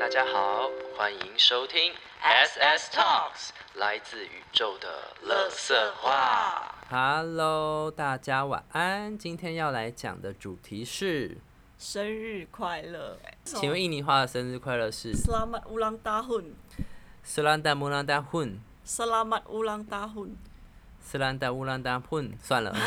家好，欢迎收听 SS Talks， 来自宇宙的垃圾话。Hello， 大家晚安。今天要来讲的主题是生日快乐。 请问印尼话的生日快乐是 Selamat ulang tahun。 Selamat ulang tahun。 Selamat ulang tahun。 Selamat ulang tahun。 算了。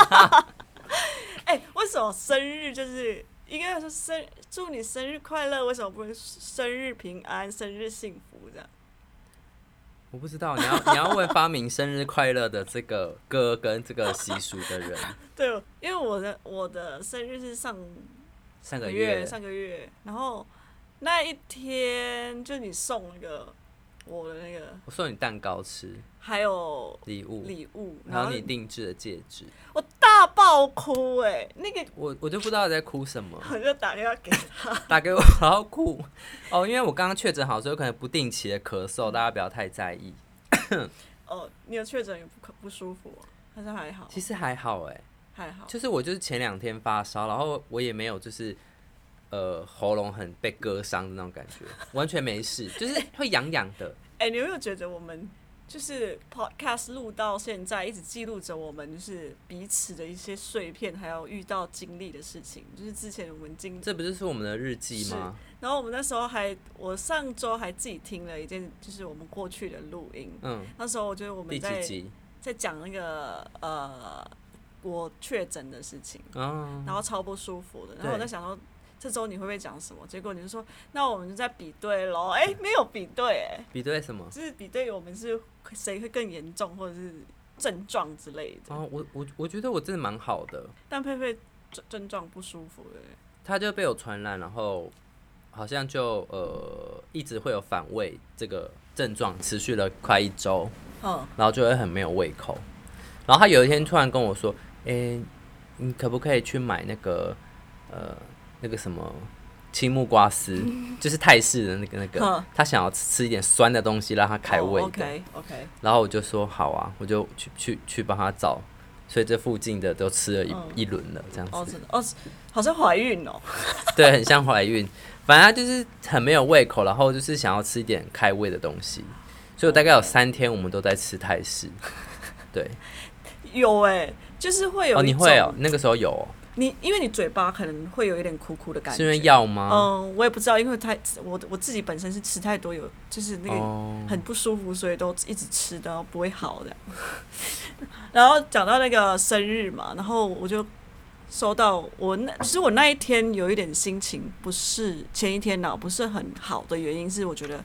为什么生日就是应该说祝你生日快乐？为什么不能生日平安、生日幸福这样？ 我不知道，你要问发明生日快乐的这个歌跟这个习俗的人。 对，因为我的生日是上个月，然后那一天就你送那个我的那个， 我送你蛋糕吃， 还有礼物， 然后你定制的戒指， 我大爆哭那个我就不知道你在哭什么， 我就打电话给他， 打给我，然后哭哦，因为我刚刚确诊好，所以有可能不定期的咳嗽，大家不要太在意。 哦，你有确诊有不舒服吗？还是还好？ 其实还好还好， 就是我就是前2天发烧，然后我也没有就是喉咙很被割伤的那种感觉，完全没事，就是会痒痒的。 你有没有觉得我们就是 podcast 录到现在，一直记录着我们就是彼此的一些碎片，还有遇到经历的事情，就是之前我们这不就是我们的日记吗？ 然后我们那时候我上周还自己听了一件，就是我们过去的录音。那时候我觉得我们第几集在讲那个我确诊的事情，然后超不舒服的。然后我在想说，这周你会不会讲什么？结果你就说，那我们就在比对咯。没有比对比对什么？ 就是比对我们是谁会更严重，或者是症状之类的。 我觉得我真的蛮好的， 但佩佩症状不舒服的， 他就被我传染，然后好像就一直会有反胃这个症状，持续了快1周，然后就会很没有胃口。然后他有一天突然跟我说，你可不可以去买那个什么青木瓜丝，就是泰式的那个，他想要吃一点酸的东西让他开胃的。 OK。 然后我就说好啊，我就去帮他找，所以这附近的都吃了一轮了，这样子。 真的好像怀孕哦。 对，很像怀孕。反正他就是很没有胃口，然后就是想要吃一点开胃的东西，所以我大概有3天我们都在吃泰式。对， 有就是会有你会那个时候有因为你嘴巴可能会有一点苦苦的感觉， 是因为药吗？ 我也不知道，因为我自己本身是吃太多就是那个很不舒服，所以都一直吃，然后不会好的。然后讲到那个生日嘛，然后我就收到其实我那一天有一点心情不是前一天不是很好的原因是我觉得，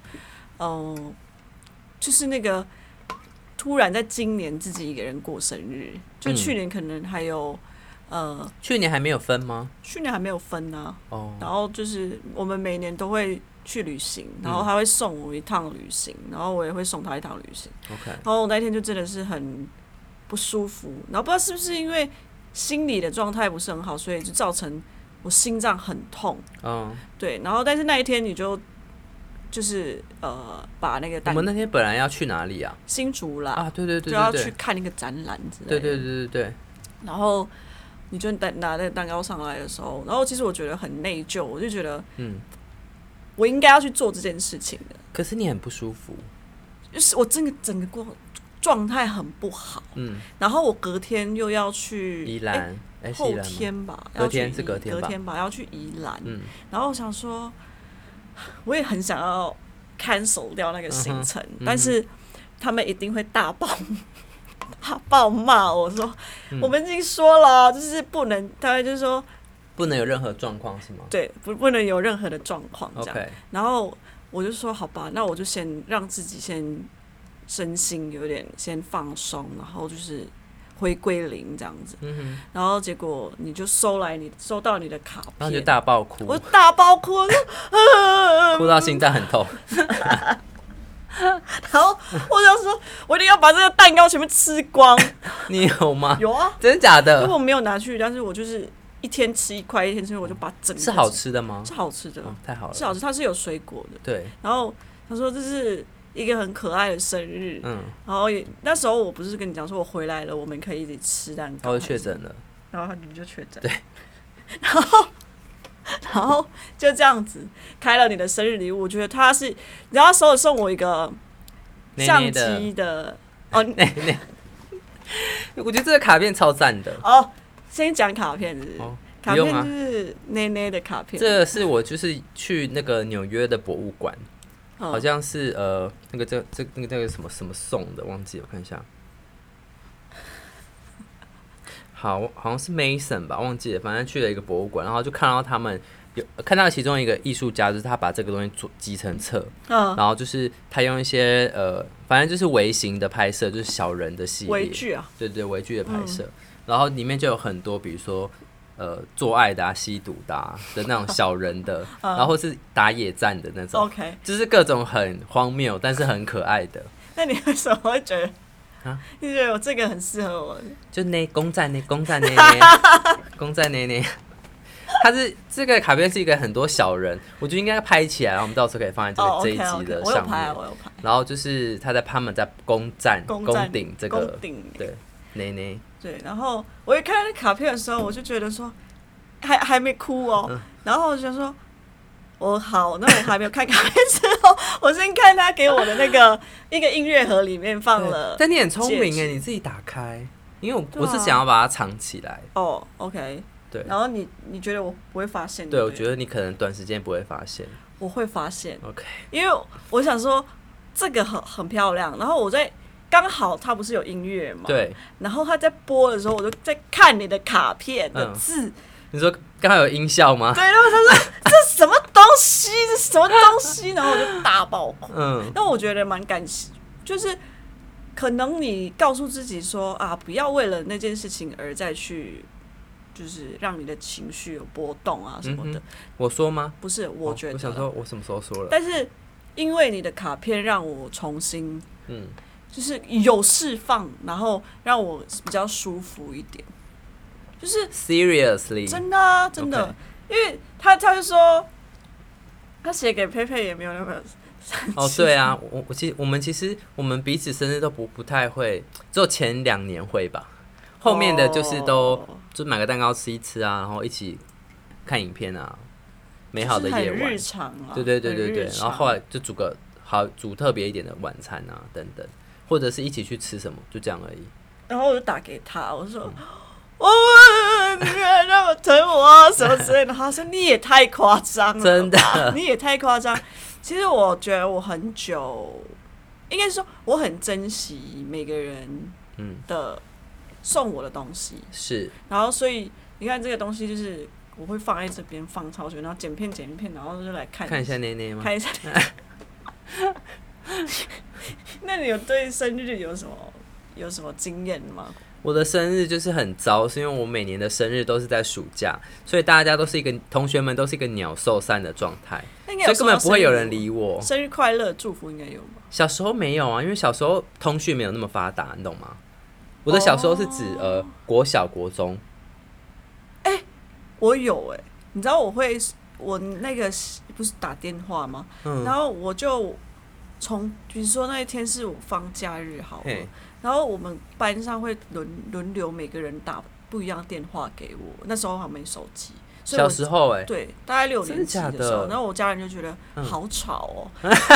就是那个突然在今年自己一个人过生日，就去年可能还有。 去年还没有分吗？ 去年还没有分啊。然后就是我们每年都会去旅行，然后他会送我一趟旅行，然后我也会送他一趟旅行。 OK。 然后我那天就真的是很不舒服，然后不知道是不是因为心理的状态不是很好，所以就造成我心脏很痛。对。然后但是那一天你就是把那个我们那天本来要去哪里啊？ 新竹啦。 对， 就要去看那个展览之类的。 对。 然后你就拿那个蛋糕上来的时候，然后其实我觉得很内疚，我就觉得，我应该要去做这件事情的。 可是你很不舒服， 就是我整个状态很不好。然后我隔天又要去宜兰， 后天吧， 隔天吧，要去宜兰。然后我想说，我也很想要 cancel 掉那个行程，但是他们一定会大爆骂我说，我们已经说了，就是不能，大概就是说不能有任何状况是吗？ 对，不能有任何的状况这样。 Okay. 然后我就说好吧，那我就先让自己先身心有点先放松，然后就是回归零这样子。然后结果你就收到你的卡片， 然后就大爆哭， 我大爆哭， 哭到心脏很痛。 然后我就说，我一定要把这个蛋糕全部吃光。 你有吗？ 有啊， 真的假的？ 因为我没有拿去，但是我就是一天吃1块，一天吃，我就把整个。 是好吃的吗？ 是好吃的， 太好了， 是好吃，它是有水果的。 对。 然后他说这是一个很可爱的生日，然后那时候我不是跟你讲说我回来了，我们可以一起吃蛋糕。 我确诊了， 然后你就确诊。 对。 然后然后就这样子开了你的生日礼物。我觉得他是，然后他送我一个相机的哦， 我觉得这个卡片超赞的哦。先讲卡片是不是？卡片啊就是内内的卡片。 这个是我就是去那个纽约的博物馆，好像是那个那个什么送的，忘记了，我看一下。好像是 Mason 吧，忘记了，反正去了一个博物馆，然后就看到他们看到其中一个艺术家，就是他把这个东西集成册，然后就是他用一些反正就是微型的拍摄，就是小人的系列， 微距啊， 对，微距的拍摄，然后里面就有很多，比如说做爱的吸毒的那种小人的，然后是打野战的那种 ，OK， 就是各种很荒谬但是很可爱的。 那你为什么会觉得？你觉得我这个很适合我？ 就公仔呢，公仔呢。它是这个卡片是一个很多小人，我觉得应该拍起来，然后我们到时候可以放在这一集的上面。 我有拍。然后就是他们在攻顶这个对呢。 对，然后我一看那卡片的时候，我就觉得说还没哭哦，然后我就想说。那我还没有看卡片之后，我先看他给我的那个一个音乐盒里面放了。 但你很聪明哎，你自己打开，因为我是想要把它藏起来。 哦 ，OK， 对。然后你觉得我不会发现？ 对，我觉得你可能短时间不会发现。 我会发现 ，OK， 因为我想说这个很漂亮，然后我在刚好它不是有音乐嘛， 对。 然后他在播的时候，我就在看你的卡片的字。 你说刚好有音效吗？ 对，然后他说这什么东西？这什么东西？然后我就大爆哭。但我觉得蛮感谢，就是可能你告诉自己说啊，不要为了那件事情而再去，就是让你的情绪有波动啊什么的。 我说吗？ 不是，我觉得。 我想说，我什么时候说了？ 但是因为你的卡片让我重新，就是有释放，然后让我比较舒服一点。就是 seriously 真的啊，真的， okay. 因为他就说，他写给佩佩也没有那么哦，对啊，其实我们彼此生日都不太会，只有前2年会吧，后面的就是就买个蛋糕吃一吃啊，然后一起看影片啊，美好的夜晚， 很日常啊， 对，然后后来就煮特别一点的晚餐啊等等，或者是一起去吃什么，就这样而已。 然后我就打给他，我说。你让我疼我啊什么之类的，他说你也太夸张了， 真的， 你也太夸张。其实我觉得我很久，应该说我很珍惜每个人的送我的东西， 是。 然后所以你看这个东西就是我会放在这边放超久，然后剪片，然后就来看一下内内吗？ 看一下。那你有对生日有什么经验吗？ 我的生日就是很糟，是因为我每年的生日都是在暑假，所以大家都是同学们都是一个鸟兽散的状态，所以根本不会有人理我。 生日快乐祝福应该有吧？ 小时候没有啊，因为小时候通讯没有那么发达，你懂吗？我的小时候是指国小国中。 我有你知道我那个不是打电话吗？然后我就比如说那一天是我放假日好了。然后我们班上会轮流每个人打不一样的电话给我，那时候还没手机， 小时候对，大概6年级的时候，然后我家人就觉得好吵哦，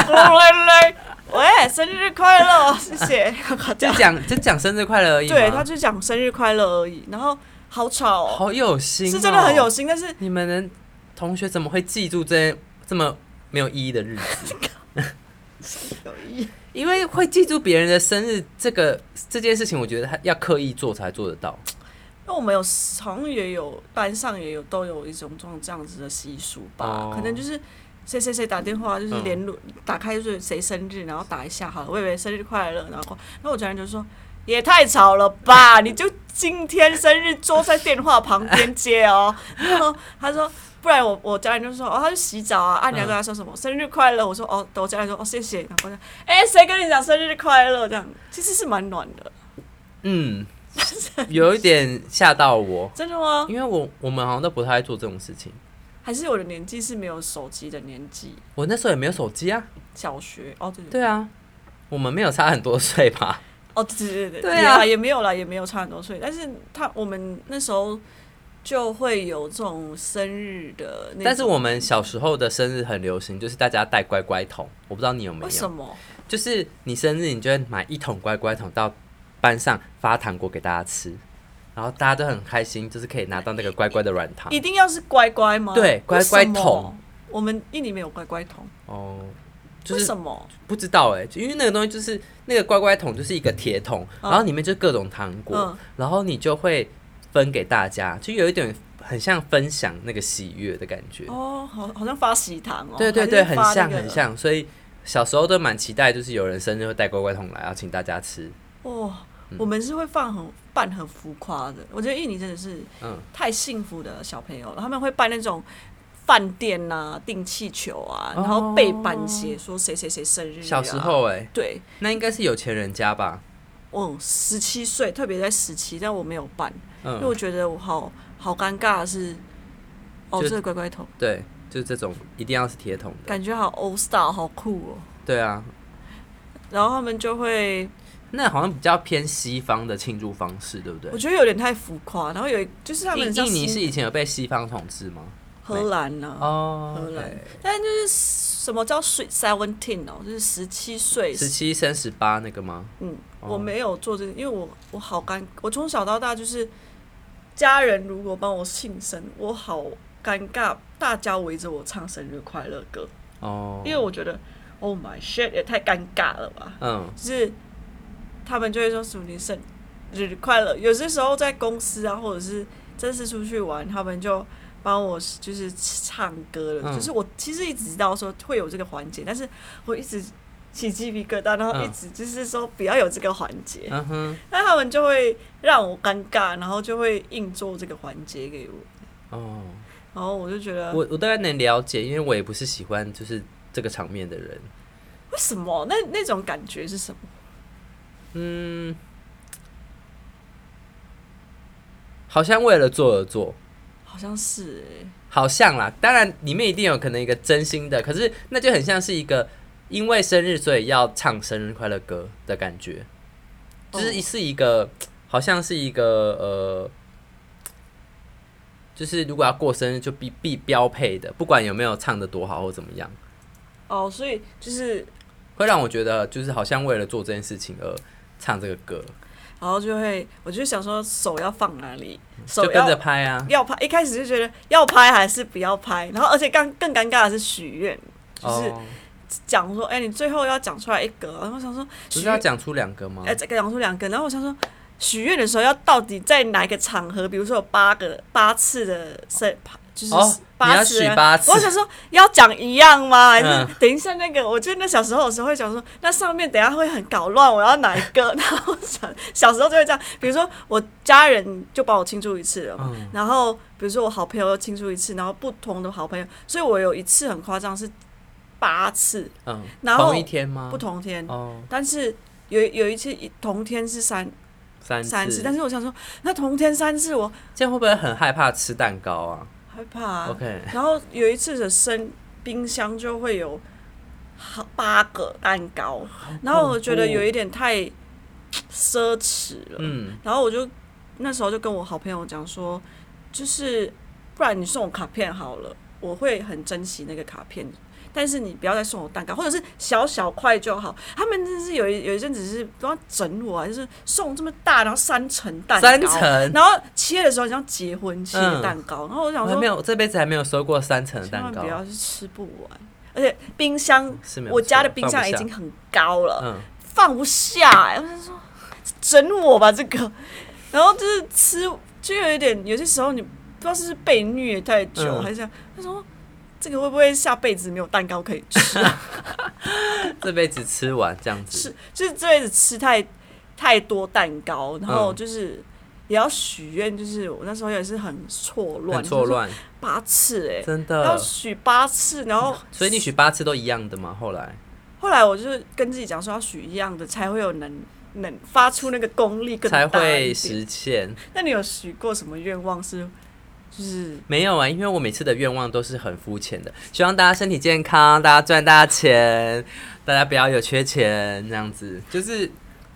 喂，生日快乐，谢谢， 就讲生日快乐而已吗？ 对，他就讲生日快乐而已，然后好吵哦， 好有心哦， 是真的很有心，但是你们的同学怎么会记住这么没有意义的日子？ 有意义。 因为会记住别人的生日这件事情，我觉得他要刻意做才做得到。 因为我们好像也有班上也有都有一种这样子的习俗吧，可能就是谁打电话就是联络，打开就是谁生日，然后打一下好了，喂生日快乐，然后我家人就说也太吵了吧，你就今天生日坐在电话旁边接哦，然后他说。不然我家人就说他去洗澡啊，你要跟他说什么生日快乐？我说我家人说谢谢，然后说谁跟你讲生日快乐？这样其实是蛮暖的。 有一点吓到我。 真的吗？ 因为我们好像都不太爱做这种事情。 还是我的年纪是没有手机的年纪。 我那时候也没有手机啊。 小学对啊，我们没有差很多岁吧？ 对啊，也没有差很多岁，但是我们那时候就会有这种生日的那种。 但是我们小时候的生日很流行，就是大家带乖乖桶，我不知道你有没有？ 为什么？ 就是你生日，你就会买1桶乖乖桶到班上发糖果给大家吃，然后大家都很开心，就是可以拿到那个乖乖的软糖。 一定要是乖乖吗？ 对，乖乖桶。 我们印尼没有乖乖桶。 哦，就是、 为什么？ 不知道因为那个东西就是那个乖乖桶，就是一个铁桶，然后里面就各种糖果，然后你就会分给大家，就有一点很像分享那个喜悦的感觉。 哦，好像发喜糖哦。 对对对，很像很像，所以小时候都蛮期待，就是有人生日会带乖乖桶来，要请大家吃。 哦，我们是会办很浮夸的，我觉得印尼真的是太幸福的小朋友了，他们会办那种饭店啊，订气球啊，然后背板写说谁谁谁生日、啊。 小时候对， 那应该是有钱人家吧？ 哦，17岁，特别在17，但我没有办，因为我觉得我好尴尬的是，这个乖乖桶， 对，就是这种一定要是铁桶的， 感觉好 old style， 好酷哦。 对啊， 然后他们就会。 那好像比较偏西方的庆祝方式，对不对？ 我觉得有点太浮夸，然后就是他们印尼是以前有被西方统治吗？ 荷兰呢？荷兰，但就是什么叫 Sweet 17哦，就是17岁 ，17升18那个吗？ 我没有做这个，因为我好我从小到大就是家人如果帮我庆生，我好尴尬，大家围着我唱生日快乐歌因为我觉得 Oh my shit 也太尴尬了吧，就是他们就会说祝你生日快乐，有些时候在公司啊，或者是正式出去玩，他们就帮我就是唱歌了，就是我其实一直知道说会有这个环节，但是我一直起鸡皮疙瘩，然后一直就是说不要有这个环节，但他们就会让我尴尬，然后就会硬做这个环节给我。然后我就觉得我大概能了解，因为我也不是喜欢就是这个场面的人。 为什么？那种感觉是什么？ 好像为了做而做， 好像是好像啦。当然里面一定有可能一个真心的，可是那就很像是一个因为生日所以要唱生日快乐歌的感觉，就是一个好像是一个就是如果要过生日就必标配的，不管有没有唱得多好或怎么样。 所以就是会让我觉得就是好像为了做这件事情而唱这个歌。 然后我就想说手要放哪里， 手就跟着拍啊， 要拍。一开始就觉得要拍还是不要拍，然后而且更尴尬的是许愿，就是讲说，你最后要讲出来一个，然后我想说， 不是要讲出2个吗？ 讲出2个，然后我想说，许愿的时候要到底在哪一个场合？比如说有8次的就是8次，我想说要讲一样吗？还是等一下那个？我记得那小时候的时候会想说，那上面等一下会很搞乱，我要哪一个？然后小时候就会这样，比如说我家人就帮我庆祝一次了，然后比如说我好朋友又庆祝一次，然后不同的好朋友，所以我有一次很夸张是8次，然后同一天吗？ 不同天，但是有一次同天是3次，但是我想说，那同天3次我这样会不会很害怕吃蛋糕啊？ 害怕 ，OK。 然后有一次的冰箱就会有8个蛋糕，然后我觉得有一点太奢侈了，然后我就那时候就跟我好朋友讲说，就是不然你送我卡片好了，我会很珍惜那个卡片。但是你不要再送我蛋糕，或者是小块就好。他们真是有一阵子是不知道整我就是送这么大，然后3层蛋糕，然后切的时候像结婚切的蛋糕，然后我想说， 我这辈子还没有收过3层的蛋糕， 千万不要是吃不完，而且冰箱，我家的冰箱已经很高了，放不下，我就说整我吧这个，然后就是吃就有一点，有些时候你不知道是被虐太久还是这样，他说。这个会不会下辈子没有蛋糕可以吃？ 这辈子吃完这样子， 就是这辈子吃太多蛋糕，然后就是也要许愿，就是我那时候也是很错乱，8次真的要许8次，然后所以你许8次都一样的吗？后来我就是跟自己讲说要许一样的，才会有能发出那个功力更大一点， 才会实现。 那你有许过什么愿望是？就是没有因为我每次的愿望都是很肤浅的，希望大家身体健康，大家赚大家钱，大家不要有缺钱，这样子就是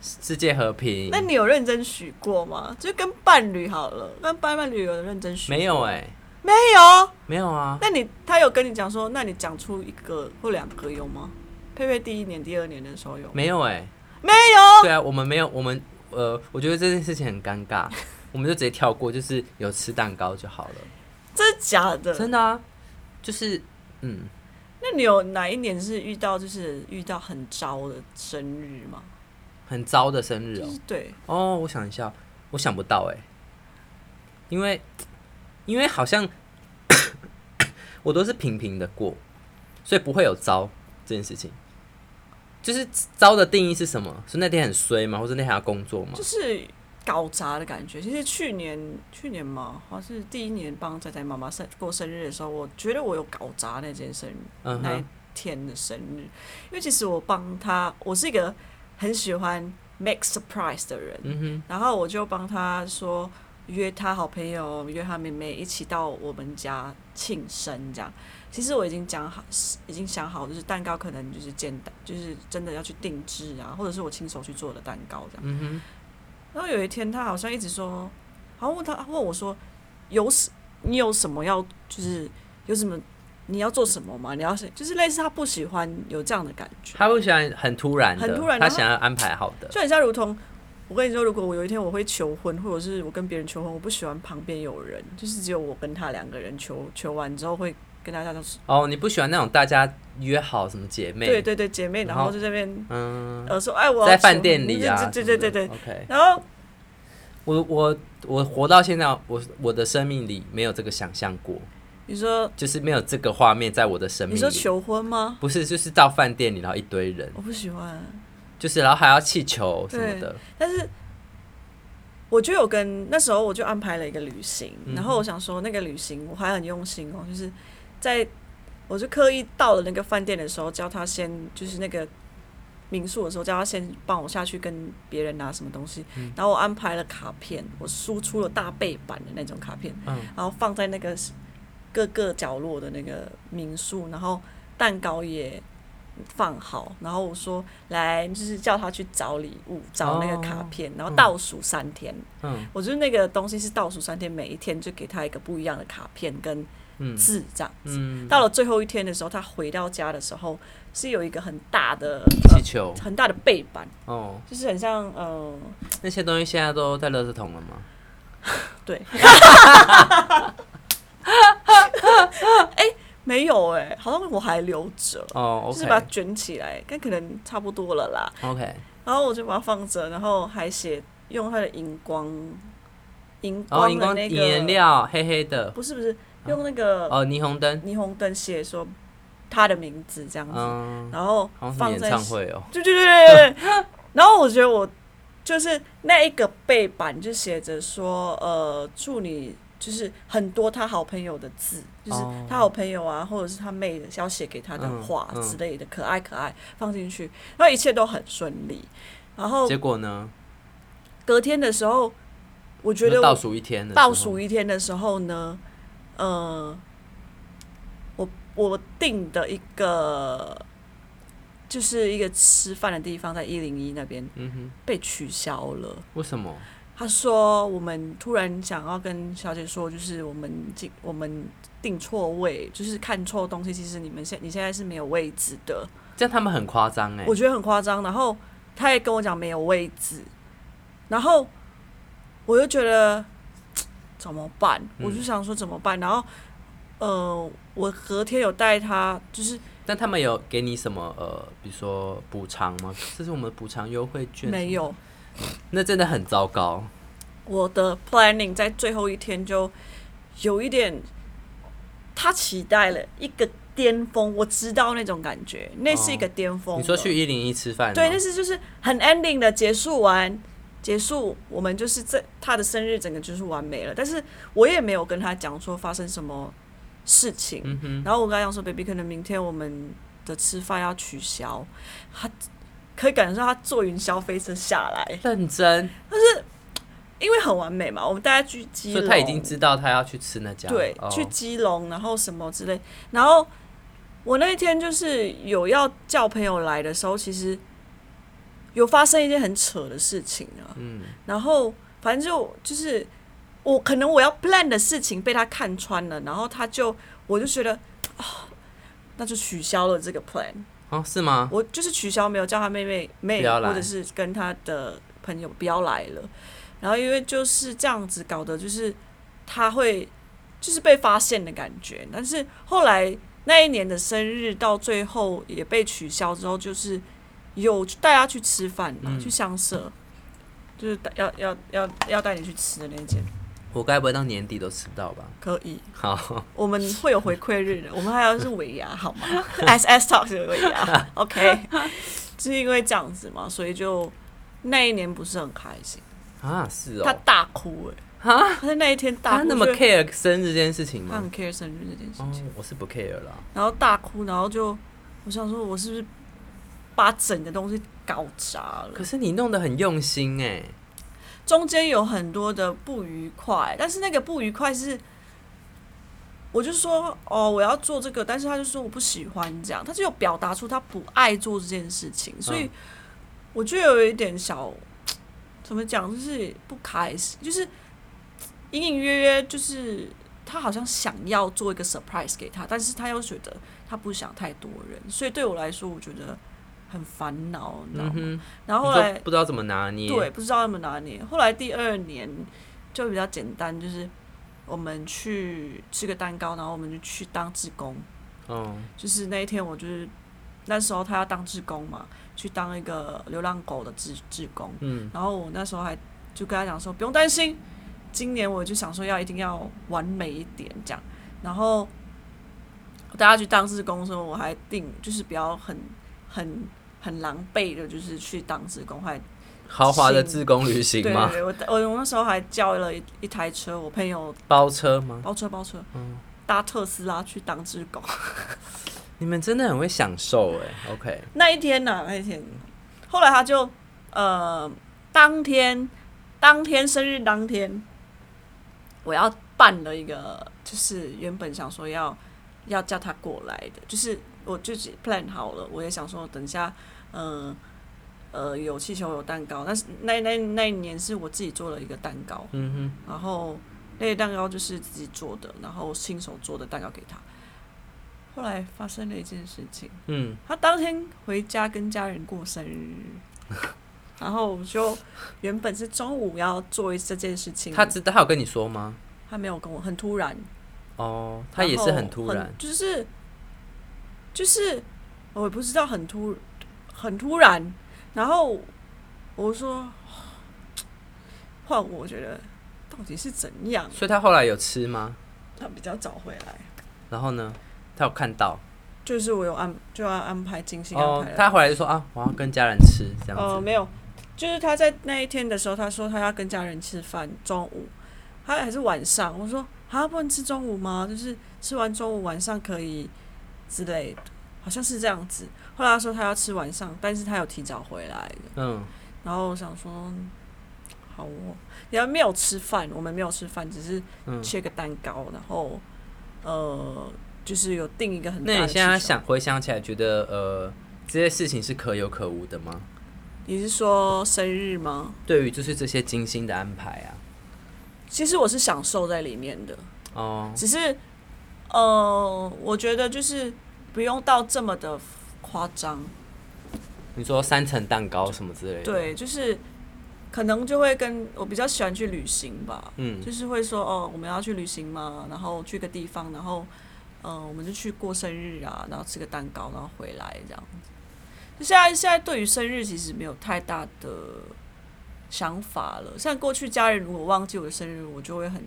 世界和平。 那你有认真许过吗？就跟伴侣好了，跟伴侣有认真许过？ 没有没有， 没有啊。 那他有跟你讲说，那你讲出1个或2个有吗？佩佩第1年、第2年的时候有？ 没有没有。 对啊，我们没有，我觉得这件事情很尴尬，我们就直接跳过，就是有吃蛋糕就好了。 真的假的？ 真的啊，就是那你有哪一年是遇到很糟的生日吗？ 很糟的生日对。 我想一下，我想不到因为好像我都是平平的过，所以不会有糟这件事情。就是糟的定义是什么？是那天很衰吗？或者那天要工作吗？ 就是搞砸的感觉。其实去年嘛，好像是第1年帮仔仔妈妈过生日的时候，我觉得我有搞砸那件生日，那一天的生日。因为其实我帮他，我是一个很喜欢 make surprise 的人，然后我就帮他说约他好朋友，约他妹妹一起到我们家庆生这样。其实我已经想好，就是蛋糕可能就是就是真的要去定制啊，或者是我亲手去做的蛋糕这样。然后有一天他好像一直说，好像问我说，你有什么要，就是有什么你要做什么吗？就是类似他不喜欢有这样的感觉， 他不喜欢很突然的，他想要安排好的， 就很像如同我跟你说，如果我有一天我会求婚，或者是我跟别人求婚，我不喜欢旁边有人，就是只有我跟他2个人求完之后会跟大家都是你不喜欢那种大家约好什么姐妹？ 对对对，姐妹，然后就这边说我要在饭店里啊， 对对对对。 OK， 然后我活到现在，我的生命里没有这个想象过。 你说就是没有这个画面在我的生命里。 你说求婚吗？ 不是，就是到饭店里，然后一堆人。 我不喜欢。 就是然后还要气球什么的。 但是我就有那时候我就安排了一个旅行，然后我想说那个旅行我还很用心就是我就刻意到了那个饭店的时候，叫他先就是那个民宿的时候，叫他先帮我下去跟别人拿什么东西，然后我安排了卡片，我输出了大背板的那种卡片，然后放在那个各个角落的那个民宿，然后蛋糕也放好，然后我说来就是叫他去找礼物，找那个卡片，然后倒数3天，我觉得那个东西是倒数3天，每一天就给他一个不一样的卡片跟字这样子。到了最后一天的时候，他回到家的时候是有一个很大的气球， 很大的背板，就是很像那些东西现在都在垃圾桶了吗？ 对。没有好像我还留着 ，okay， 就是把它卷起来，但可能差不多了啦。 OK， 然后我就把它放着，然后还用它的荧光的那个颜料，黑黑的， 不是用那个霓虹灯写说他的名字这样子，然后放在演唱会对，然后我觉得我就是那一个背板就写着说祝你。就是很多他好朋友的字，就是他好朋友啊，或者是他妹的要写给他的话之类的，可爱放进去，然后一切都很顺利。然后结果呢？ 隔天的时候，我觉得倒数一天的时候呢，我订的一个就是一个吃饭的地方，在101那边，被取消了。 为什么？ 他说我们突然想要跟小姐说，就是我们订错位，就是看错东西，其实你现在是没有位置的。 这样他们很夸张我觉得很夸张。然后他也跟我讲没有位置，然后我就觉得怎么办？我就想说怎么办？然后我隔天有带他，就是但他们有给你什么比如说补偿吗？这是我们的补偿优惠券？ 没有。 那真的很糟糕。 我的 planning 在最后一天就有一点，他期待了一个巅峰，我知道那种感觉，那是一个巅峰。 你说去101吃饭？ 对，那是就是很 ending 的结束，我们就是他的生日整个就是完美了。但是我也没有跟他讲说发生什么事情，然后我跟他讲说 ，baby， 可能明天我们的吃饭要取消，他。可以感觉到他坐云霄飞车下来， 认真。 但是因为很完美嘛，我们大家去基隆， 所以他已经知道他要去吃那家。 对，去基隆，然后什么之类。然后我那一天就是有要叫朋友来的时候，其实有发生一件很扯的事情啊。然后反正就是可能我要 plan 的事情被他看穿了，然后我就觉得那就取消了这个 plan。 哦，是吗？ 我就是取消，没有叫他妹或者是跟他的朋友不要来了。然后因为就是这样子搞的，就是他会就是被发现的感觉。但是后来那一年的生日到最后也被取消之后，就是有带他去吃饭嘛，去香舍，就是要带你去吃的那间。 我该不会到年底都吃不到吧？ 可以， 好， 我们会有回馈日的，我们还要是尾牙好吗？SS Talk 是尾牙，OK， 就是因为这样子嘛，所以就那一年不是很开心啊，是哦， 他大哭他在那一天大哭， 他那么 care 生日这件事情吗？ 他很 care 生日这件事情， 我是不 care 啦。 然后大哭，然后我想说，我是不是把整个东西搞砸了？ 可是你弄得很用心中间有很多的不愉快，但是那个不愉快是，我就说我要做这个，但是他就说我不喜欢这样，他就有表达出他不爱做这件事情，所以我就有一点怎么讲，就是不开心，就是隐隐约约就是他好像想要做一个 surprise 给他，但是他又觉得他不想太多人，所以对我来说，我觉得很烦恼，你知道吗？然后后来不知道怎么拿捏， 对，不知道怎么拿捏。后来第2年就比较简单，就是我们去吃个蛋糕，然后我们就去当志工。就是那一天，我就是那时候他要当志工嘛，去当一个流浪狗的志工。然后我那时候还就跟他讲说，不用担心，今年我就想说一定要完美一点这样。然后大家去当志工的时候，我还定就是比较很狼狈的，就是去当志工，还豪华的志工旅行吗？ 对，我那时候还叫了一台车，我朋友包车吗？ 包车，搭特斯拉去当志工。 你们真的很会享受OK。 那一天，后来他就当天生日当天，我要办了一个，就是原本想说要叫他过来的，就是我就 plan 好了，我也想说等一下，有气球有蛋糕，但是那一年是我自己做了一个蛋糕，然后那个蛋糕就是自己做的，然后亲手做的蛋糕给他。后来发生了一件事情，他当天回家跟家人过生日，然后我就原本是中午要做这件事情， 他有跟你说吗？ 他没有跟我，很突然。 他也是很突然， 就是我也不知道很突然，然后我说换我觉得到底是怎样， 所以他后来有吃吗？ 他比较早回来， 然后呢，他有看到， 就是我有就要安排精心安排他回来就说我要跟家人吃这样子。 没有，就是他在那一天的时候，他说他要跟家人吃饭，中午，他还是晚上，我说不能吃中午吗？就是吃完中午晚上可以之类的，好像是这样子。后来他说他要吃晚上，但是他有提早回来的。然后我想说，好也没有吃饭，我们没有吃饭，只是切个蛋糕，然后就是有订一个很大的。 那你现在回想起来，觉得这些事情是可有可无的吗？ 你是说生日吗？ 对于就是这些精心的安排啊。 其实我是享受在里面的，只是我觉得就是不用到这么的夸张。 你说3层蛋糕什么之类的？ 对，就是可能就会跟我比较喜欢去旅行吧，就是会说我们要去旅行嘛，然后去个地方，然后我们就去过生日啊，然后吃个蛋糕，然后回来这样子。就现在对于生日其实没有太大的想法了，像过去家人如果忘记我的生日，我就会很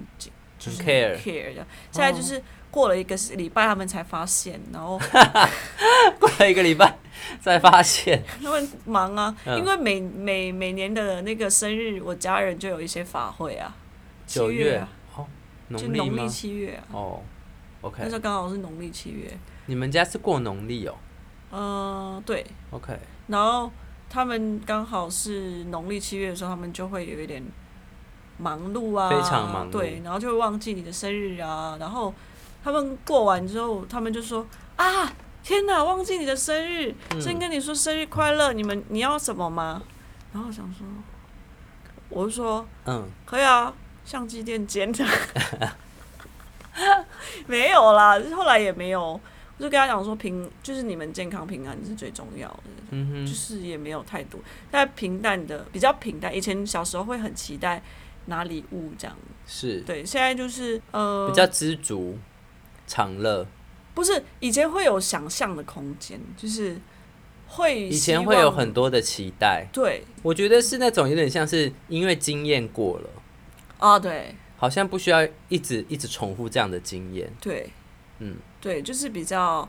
care 这样。现在就是过了1个礼拜，他们才发现，然后过了1个礼拜才发现， 他们忙啊，因为每年的那个生日，我家人就有一些法会啊，7月啊，就农历7月啊。 OK， 那时候刚好是农历7月。 你们家是过农历对。 OK。 然后他们刚好是农历7月的时候，他们就会有一点忙碌啊， 非常忙碌， 对，然后就会忘记你的生日啊。然后他们过完之后，他们就说天哪，忘记你的生日，先跟你说生日快乐，你要什么吗？ 然后我想说，我就说，可以啊，相机店兼的，没有啦，后来也没有，我就跟他讲说就是你们健康平安是最重要的，就是也没有太多，但平淡的比较平淡。以前小时候会很期待拿礼物这样， 是对，现在就是比较知足常乐， 不是以前会有想象的空间，就是会以前会有很多的期待， 对， 我觉得是那种有点像是因为经验过了啊，对， 好像不需要一直重复这样的经验， 对，对，就是比较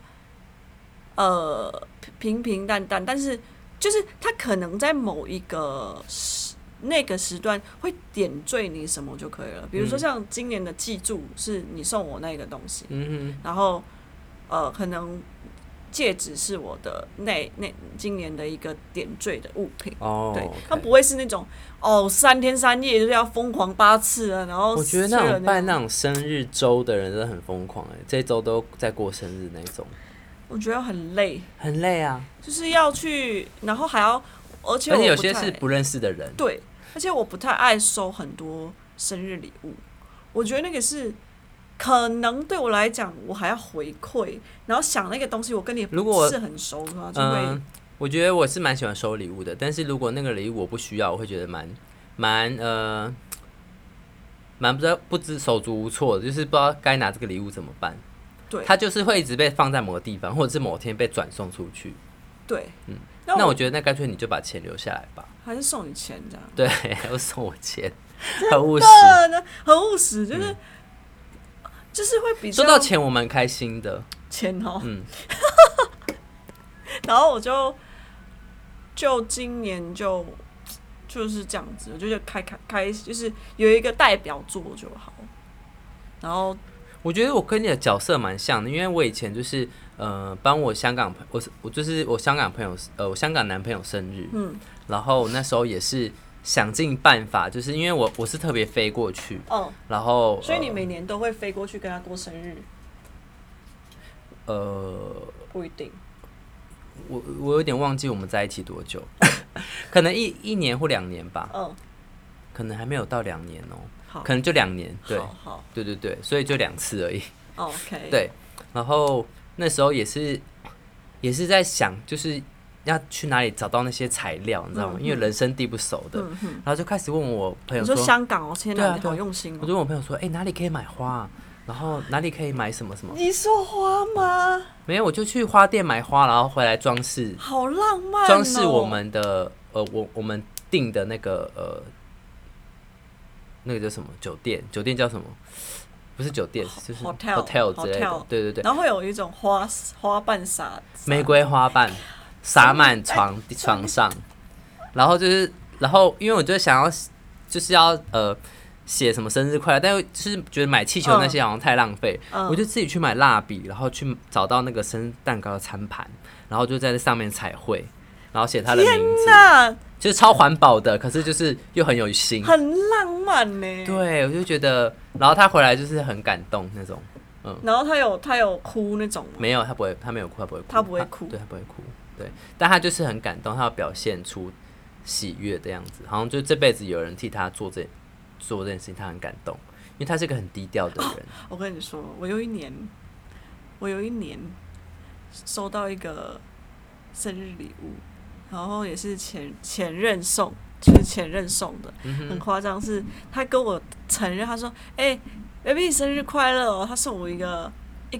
平平淡淡，但是就是他可能在某一个那个时段会点缀你什么就可以了，比如说像今年的记住是你送我那个东西，然后可能戒指是我的今年的一个点缀的物品，对，它不会是那种3天3夜就是要疯狂8次啊，然后我觉得那种办那种生日周的人真的很疯狂这周都在过生日那种， 我觉得很累， 很累啊， 就是要去，然后还要，而且有些是不认识的人， 对，而且我不太爱收很多生日礼物，我觉得那个是。可能对我来讲，我还要回馈，然后想那个东西，我跟你不是很熟的话，就会。 我觉得我是蛮喜欢收礼物的，但是如果那个礼物我不需要，我会觉得蛮不知手足无措的，就是不知道该拿这个礼物怎么办。 对， 它就是会一直被放在某个地方，或者是某天被转送出去。 对， 那我觉得那干脆你就把钱留下来吧， 还是送你钱这样？ 对，还要送我钱，很务实， 很务实，就是。就是会比较收到钱，我蛮开心的。 钱然后我就今年就是这样子，我就开就是有一个代表作就好。然后我觉得我跟你的角色蛮像的，因为我以前就是帮我香港我就是我香港朋友我香港男朋友生日，然后那时候也是。想尽办法，就是因为我是特别飞过去，然后所以你每年都会飞过去跟他过生日？不一定， 我有点忘记我们在一起多久，可能一年或2年吧，可能还没有到2年可能就2年，对，对，所以就2次而已。 OK， 对， 然后那时候也是在想，就是要去哪里找到那些材料，你知道吗？因为人生地不熟的，然后就开始问我朋友说：“ 你说香港天哪，你好用心我就问我朋友说：“哪里可以买花？然后哪里可以买什么什么？” 你说花吗？ 没有，我就去花店买花，然后回来装饰， 好浪漫装饰我们的我们订的那个那个叫什么酒店叫什么？不是酒店，就是 hotel 之类的，对。 然后会有一种花瓣撒玫瑰花瓣。洒满床上，然后因为我就想要就是要写什么生日快乐，但又就是觉得买气球那些好像太浪费，我就自己去买蜡笔，然后去找到那个生日蛋糕的餐盘，然后就在这上面彩绘，然后写他的名字，就是超环保的，可是就是又很有心， 很浪漫呢。 对，我就觉得，然后他回来就是很感动那种， 然后他有哭那种吗？ 没有，他没有哭， 他不会哭， 对，他不会哭。对，但他就是很感动，他要表现出喜悦的样子，好像就这辈子有人替他做这件事情，他很感动，因为他是个很低调的人。 我跟你说，我有一年收到一个生日礼物，然后也是前任送，就是前任送的，很夸张，是他跟我承认，他说：“baby 生日快乐哦！”他送我一个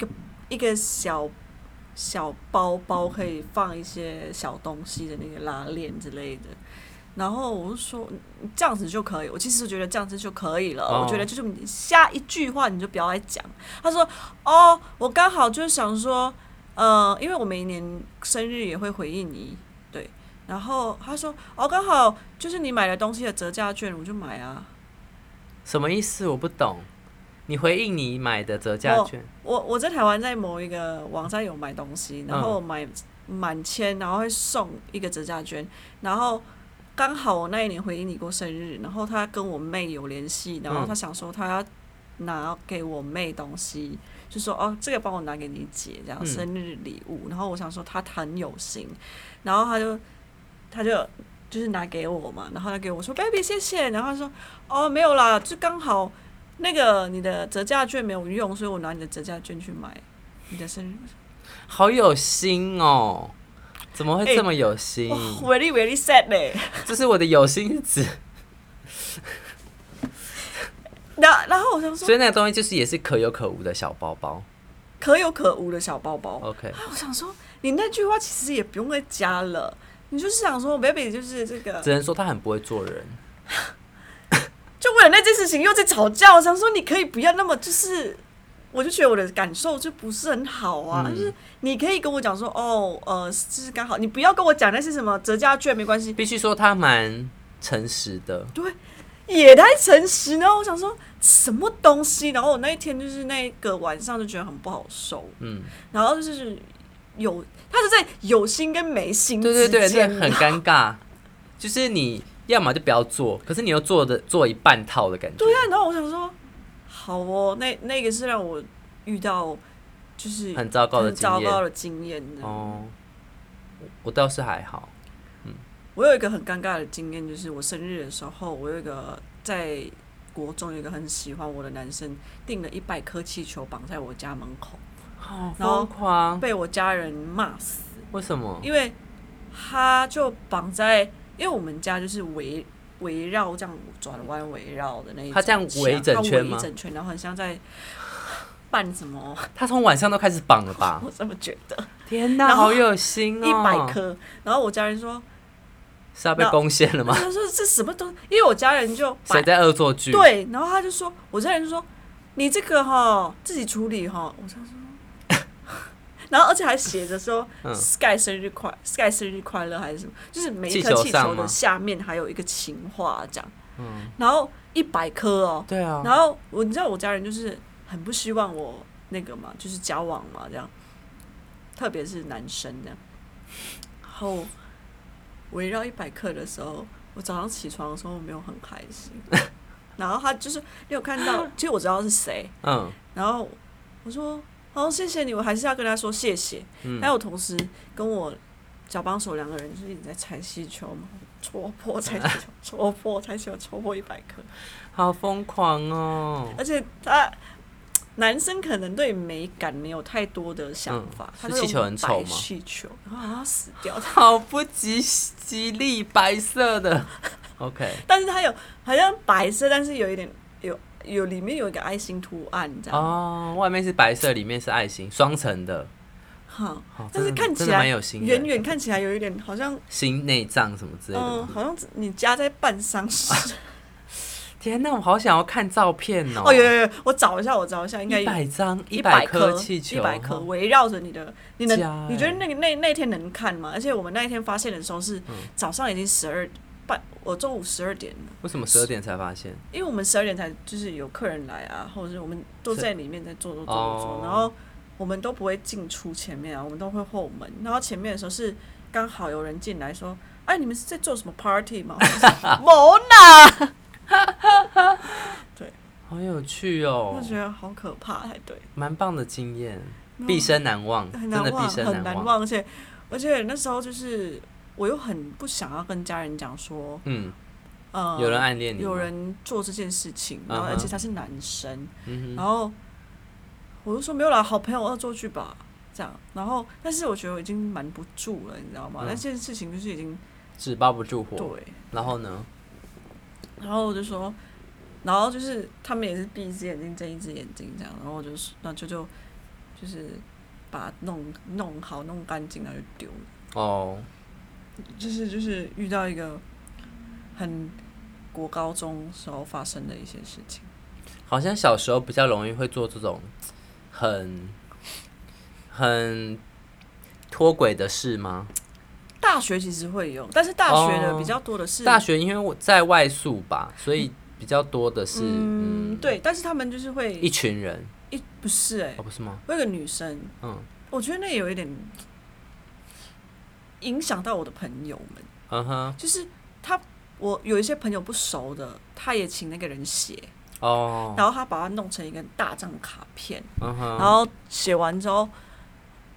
小包包，可以放一些小东西的那个拉链之类的。然后我就说这样子就可以，我其实觉得这样子就可以了。我觉得就是你下一句话你就不要再讲。他说：“我刚好就是想说，因为我每一年生日也会回应你，对。然后他说：刚好就是你买的东西的折价券，我就买啊。” 什么意思？我不懂。你回应你买的折价券？ 我在台湾在某一个网站有买东西，然后买满千，然后会送一个折价券，然后刚好我那一年回应你过生日，然后他跟我妹有联系，然后他想说他要拿给我妹东西，就说这个帮我拿给你姐，这样生日礼物。然后我想说他很有心，然后他就就是拿给我嘛，然后他给我说 baby 谢谢，然后他说哦没有啦，就刚好那个你的折价券没有用，所以我拿你的折价券去买你的生日。 好有心哦，怎么会这么有心 ？Very very sad 嘞。 就是我的有心是指， 然后我想说， 所以那个东西就是也是可有可无的小包包， 可有可无的小包包。 OK， 我想说，你那句话其实也不用再加了。你就是想说 ，baby 就是这个， 只能说他很不会做人， 就为了那件事情又在吵架。我想说，你可以不要那么就是，我就觉得我的感受就不是很好啊。就是你可以跟我讲说，就是刚好，你不要跟我讲那些什么折价券没关系。 必须说他蛮诚实的， 对，也太诚实。然后我想说什么东西，然后我那一天就是那个晚上就觉得很不好受，然后就是他是在有心跟没心之间， 对，那很尴尬。就是你要么就不要做，可是你又做一半套的感觉。 对啊，然后我想说，好哦，那个是让我遇到就是很糟糕的经验的。 哦，我倒是还好。 我有一个很尴尬的经验，就是我生日的时候，我有一个在国中有一个很喜欢我的男生，订了100颗气球绑在我家门口。 好疯狂， 被我家人骂死。 为什么？ 因为他就绑在，因为我们家就是围绕这样转弯围绕的那一种， 他这样围一整圈吗？ 围一整圈，然后很像在办什么？ 他从晚上都开始绑了吧？ 我这么觉得。 天哪，好有心哦 ！100颗，然后我家人说。 是要被攻陷了吗？ 他说这什么都，因为我家人就谁在恶作剧？ 对，然后他就说，我家人就说你这个自己处理哈。我想说，然后而且还写着说Sky 生日快乐还是什么，就是每一颗气球的下面还有一个情话这样。然后100颗哦， 对啊。 然后你知道我家人就是很不希望我那个嘛，就是交往嘛这样，特别是男生这样，然后。围绕100克的时候，我早上起床的时候我没有很开心，然后他就是你有看到，其实我知道是谁，然后我说谢谢你，我还是要跟他说谢谢，还有同时跟我小帮手2个人就是一直在拆气球嘛，戳破拆气球，戳破拆气球，戳破100克， 好疯狂哦！ 而且男生可能对美感没有太多的想法，他气球很丑吗？ 气球，然后好像死掉， 好不吉利，白色的。OK， 但是它有好像白色，但是有一点有里面有一个爱心图案这样。 哦，外面是白色，里面是爱心，双层的。 但是看起来远远看起来有一点好像心内脏什么之类的。 好像你家在办丧事。 天哪，我好想要看照片哦！有，我找一下，应该 100张100颗气球 ，100颗围绕着你的，你觉得那天能看吗？而且我们那一天发现的时候是早上已经12半，我中午12点了。 为什么12点才发现？ 因为我们12点才就是有客人来啊，或者是我们都在里面在做，然后我们都不会进出前面啊，我们都会后门，然后前面的时候是刚好有人进来说：“哎，你们是在做什么 party 吗？”没啦。对， 好有趣哦！ 我觉得好可怕，才对。 蛮棒的经验，毕生难忘，真的毕生很难忘。而且那时候就是我又很不想要跟家人讲说， 有人暗恋你， 有人做这件事情，然后而且他是男生，然后我就说没有啦，好朋友恶作剧吧，这样。然后，但是我觉得我已经瞒不住了，你知道吗？那件事情就是已经纸包不住火。 对， 然后呢？ 然后我就说，然后就是他们也是闭一只眼睛睁一只眼睛这样，然后我就是把它弄好弄干净，然后就丢了。哦，就是遇到一个很国高中时候发生的一些事情。 好像小时候比较容易会做这种很脱轨的事吗？ 大学其实会有，但是大学的比较多的是大学，因为我在外宿吧，所以比较多的是对，但是他们就是会一群人， 不是不是吗？ 我有个女生，我觉得那也有一点影响到我的朋友们，就是我有一些朋友不熟的，他也请那个人写，然后他把它弄成一个大张卡片，然后写完之后。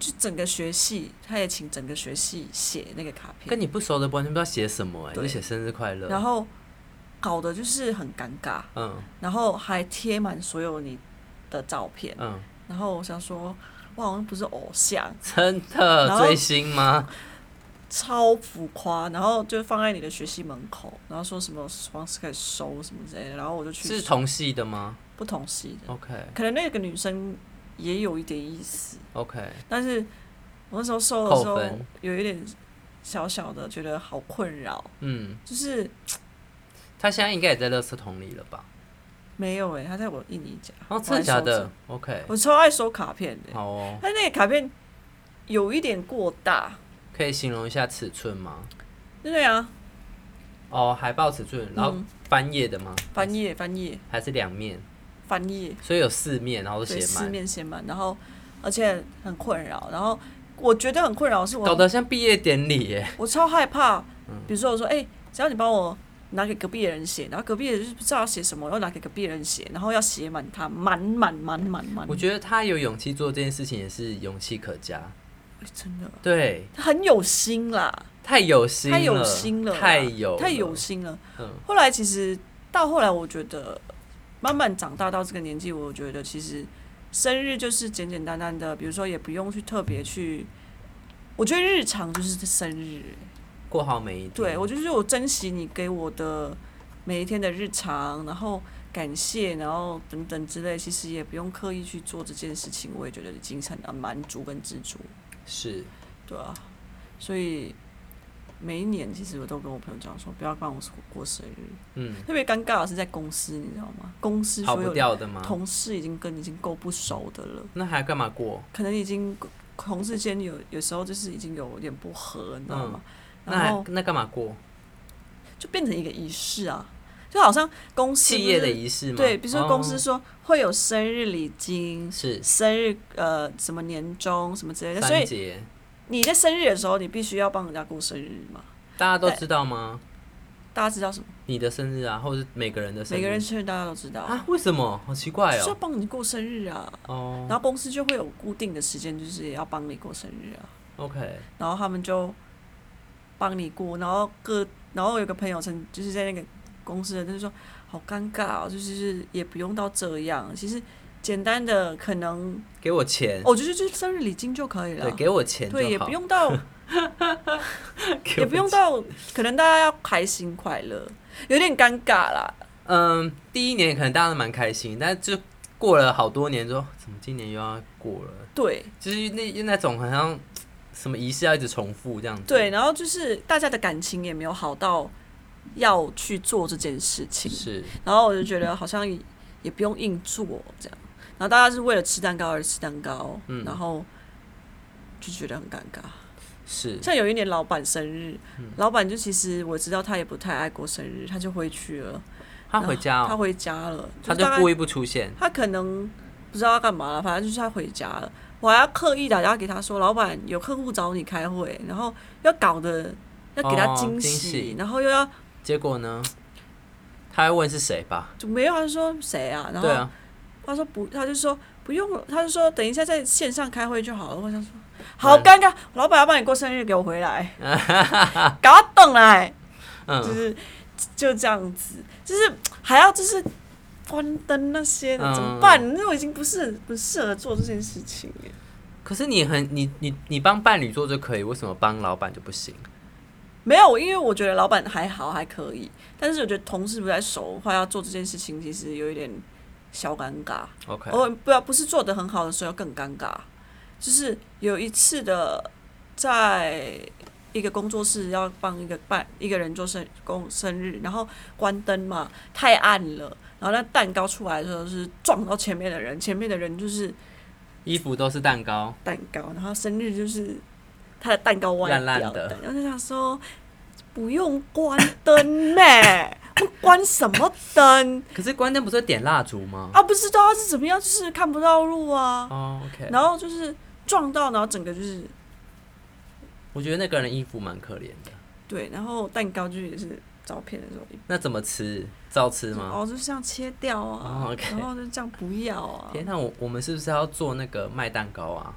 就整个学系，他也请整个学系写那个卡片。 跟你不熟的完全不知道写什么就写生日快乐。 然后搞得就是很尴尬，然后还贴满所有你的照片，然后我想说，我好像不是偶像， 真的追星吗？ 超浮夸，然后就放在你的学系门口，然后说什么方式可以收什么之类的，然后我就去。 是同系的吗？ 不同系的。 OK。 可能那个女生也有一点意思。 OK。 但是我那时候收的时候，有一点小小的觉得好困扰。就是。 他现在应该也在垃圾桶里了吧？ 没有他在我印尼家。 真的假的 ？OK。 我超爱收卡片的。 好哦。 但那个卡片有一点过大。 可以形容一下尺寸吗？ 对啊。 海报尺寸，然后翻页的吗？ 翻页。 还是2面？ 翻页。 所以有4面，然后都写满。 4面写满，然后而且很困扰，然后我觉得很困扰是我搞得像毕业典礼耶。 我超害怕，比如说我说只要你帮我拿给隔壁的人写，然后隔壁的人就不知道写什么，要拿给隔壁的人写，然后要写满它，满。 我觉得他有勇气做这件事情，也是勇气可嘉。 真的。 对。 他很有心啦。 太有心了。 太有心了。后来其实到后来，我觉得慢慢长大到这个年纪，我觉得其实生日就是简简单单的，比如说也不用去特别去，我觉得日常就是生日。 过好每一天。 对，我就是我珍惜你给我的每一天的日常，然后感谢，然后等等之类，其实也不用刻意去做这件事情，我也觉得已经很满足跟知足。 是。 对啊，所以每一年其实我都跟我朋友讲说，不要帮我过生日。特别尴尬的是在公司，你知道吗？公司所有同事已经够不熟的了， 那还干嘛过？ 可能已经同事间有时候就是已经有点不合，你知道吗？ 那干嘛过？ 就变成一个仪式啊，就好像公司企业的仪式吗？ 对，比如说公司说会有生日礼金， 是生日什么年终什么之类的，所以你在生日的时候，你必须要帮人家过生日嘛。 大家都知道吗？ 大家知道什么？ 你的生日啊，或者是每个人的生日？ 每个人生日大家都知道啊？为什么？好奇怪哦！ 就是要帮你过生日啊。然后公司就会有固定的时间，就是要帮你过生日啊。 OK。 然后他们就帮你过，然后有个朋友就是在那个公司的，他就说好尴尬就是也不用到这样，其实简单的可能给我钱， 我觉得就是生日礼金就可以了。 对，给我钱就好。 对，也不用到，也不用到，可能大家要开心快乐，有点尴尬啦。 第一年可能大家都蛮开心，但就过了好多年之后，怎么今年又要过了？ 对， 就是那种好像什么仪式要一直重复这样子。 对，然后就是大家的感情也没有好到要去做这件事情。 是，然后我就觉得好像也不用硬做这样，然后大家是为了吃蛋糕而吃蛋糕，然后就觉得很尴尬。 是， 像有一年老板生日，老板就其实我知道他也不太爱过生日，他就回去了。 他回家他回家了， 他就故意不出现。 他可能不知道要干嘛了，反正就是他回家了。我还要刻意打电话给他说，老板有客户找你开会，然后要搞得要给他惊喜，然后又要。 结果呢？他会问是谁吧？ 就没有，他就说谁啊？然后他说不，他就说不用了，他就说等一下在线上开会就好了。我想说，好尴尬，老板要帮你过生日，给我回来，赶快等来，就这样子，就是还要就是关灯那些的，怎么办？那我已经不适合做这件事情耶。 可是你帮伴侣做就可以，为什么帮老板就不行？ 没有，因为我觉得老板还好还可以，但是我觉得同事不太熟的话，要做这件事情其实有一点小尴尬。 OK， 不是做得很好的时候更尴尬。就是有一次的，在一个工作室要帮一个人做生日，然后关灯嘛，太暗了，然后那蛋糕出来的时候是撞到前面的人，前面的人就是衣服都是蛋糕， 然后生日就是他的蛋糕歪掉烂烂的， 然后就想说不用关灯关什么灯？ 可是关灯不是会点蜡烛吗？ 啊，不知道他是怎么样，就是看不到路啊。 OK。 然后就是撞到，然后整个就是。 我觉得那个人衣服蛮可怜的。 对，然后蛋糕就也是照片的时候。 那怎么吃？照吃吗？ 就这样切掉啊。 OK。 然后就这样不要啊。 天哪，我们是不是要做那个卖蛋糕啊？然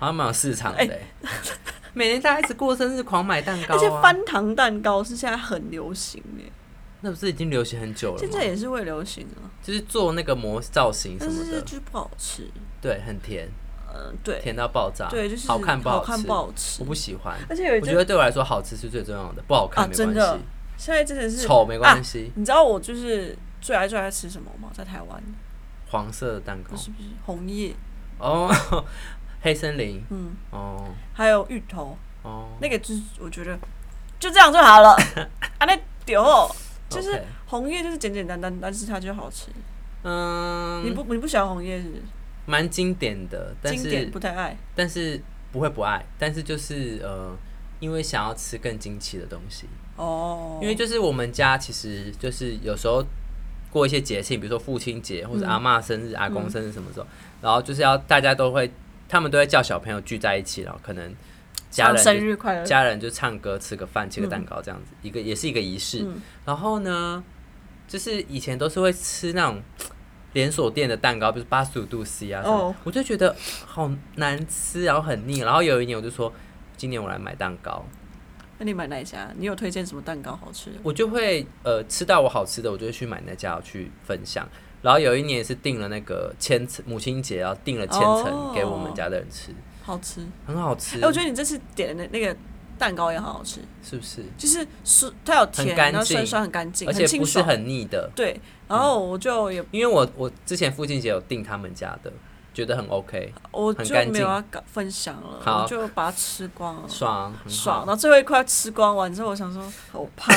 好像蛮有市场的、每年大家一直过生日狂买蛋糕、啊， 而且翻糖蛋糕是现在很流行耶。 那不是已经流行很久了吗？ 现在也是会流行啊， 就是做那个模造型什么的， 但是就是不好吃。 对，很甜。 对， 甜到爆炸。 对，就是好看不好吃。 我不喜欢。 而且我觉得对我来说，好吃是最重要的，不好看没关系。 真的，现在真的是丑没关系。 你知道我就是最爱吃什么吗？在台湾， 黄色的蛋糕。 不是红叶。 哦，黑森林。 还有芋头。那个就是我觉得就这样就好了。啊，那丢，就是红叶就是简简单单，但是它就好吃。你不喜欢红叶是不是？ 蛮经典的，但是经典不太爱， 但是不会不爱，但是就是因为想要吃更惊奇的东西因为就是我们家其实就是有时候过一些节庆，比如说父亲节或者阿嬷生日、阿公生日什么时候，然后就是要大家他们都会叫小朋友聚在一起，然后可能生日快乐， 家人就唱歌、吃个饭、切个蛋糕这样子，也是一个仪式。然后呢，就是以前都是会吃那种连锁店的蛋糕，比如85度 C 啊我就觉得好难吃，然后很腻。然后有一年我就说，今年我来买蛋糕。 那你买哪一家？你有推荐什么蛋糕好吃的？ 我就会吃到我好吃的，我就会去买那家去分享。然后有一年是订了那个母亲节，然后订了千层给我们家的人吃， 好吃， 很好吃。 我觉得你这次点的那个蛋糕也很好吃， 是不是？ 就是它有甜，然后酸很干净， 而且不是很腻的。 对，然后我就也因为我之前父亲节有订他们家的，觉得很 OK， 我就没有要分享了，我就把它吃光了， 爽。 然后最后一块吃光完之后，我想说好胖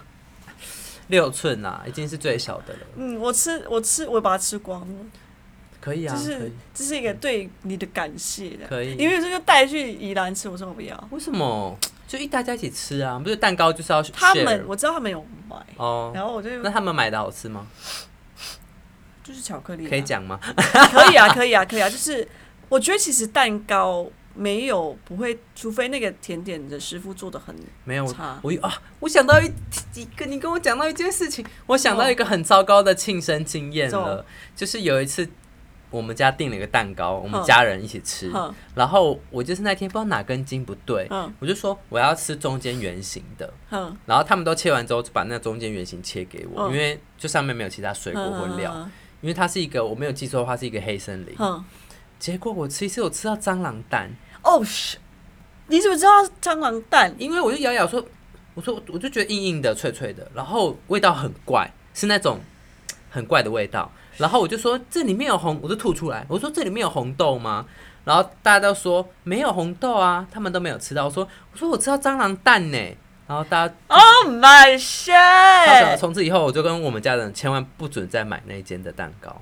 ，6寸啦，已经是最小的了。 我把它吃光了。 可以啊， 这是一个对你的感谢的， 可以。 因为这就带去宜兰吃，我说我不要。 为什么？就大家一起吃啊，不是蛋糕就是要 share。我知道他们有买然后我就那他们买的好吃吗？ 就是巧克力可以讲吗？ 可以啊，就是我觉得其实蛋糕不会，除非那个甜点的师傅做的很没有差。 我想到你跟我讲到一件事情，我想到一个很糟糕的庆生经验了，就是有一次。我们家订了一个蛋糕，我们家人一起吃，然后我就是那天不知道哪根筋不对，我就说我要吃中间圆形的，然后他们都切完之后就把那中间圆形切给我，因为就上面没有其他水果或料，因为它是一个我没有记错的话是一个黑森林，结果我吃一次我吃到蟑螂蛋， 你怎么知道蟑螂蛋？ 因为我就咬说，我就觉得硬硬的脆脆的，然后味道很怪，是那种很怪的味道。然后我就说这里面有我就吐出来。我说这里面有红豆吗？然后大家都说没有红豆啊，他们都没有吃到。我说我吃到蟑螂蛋呢。然后大家 Oh my shit！ 从此以后我就跟我们家人千万不准再买那一间的蛋糕，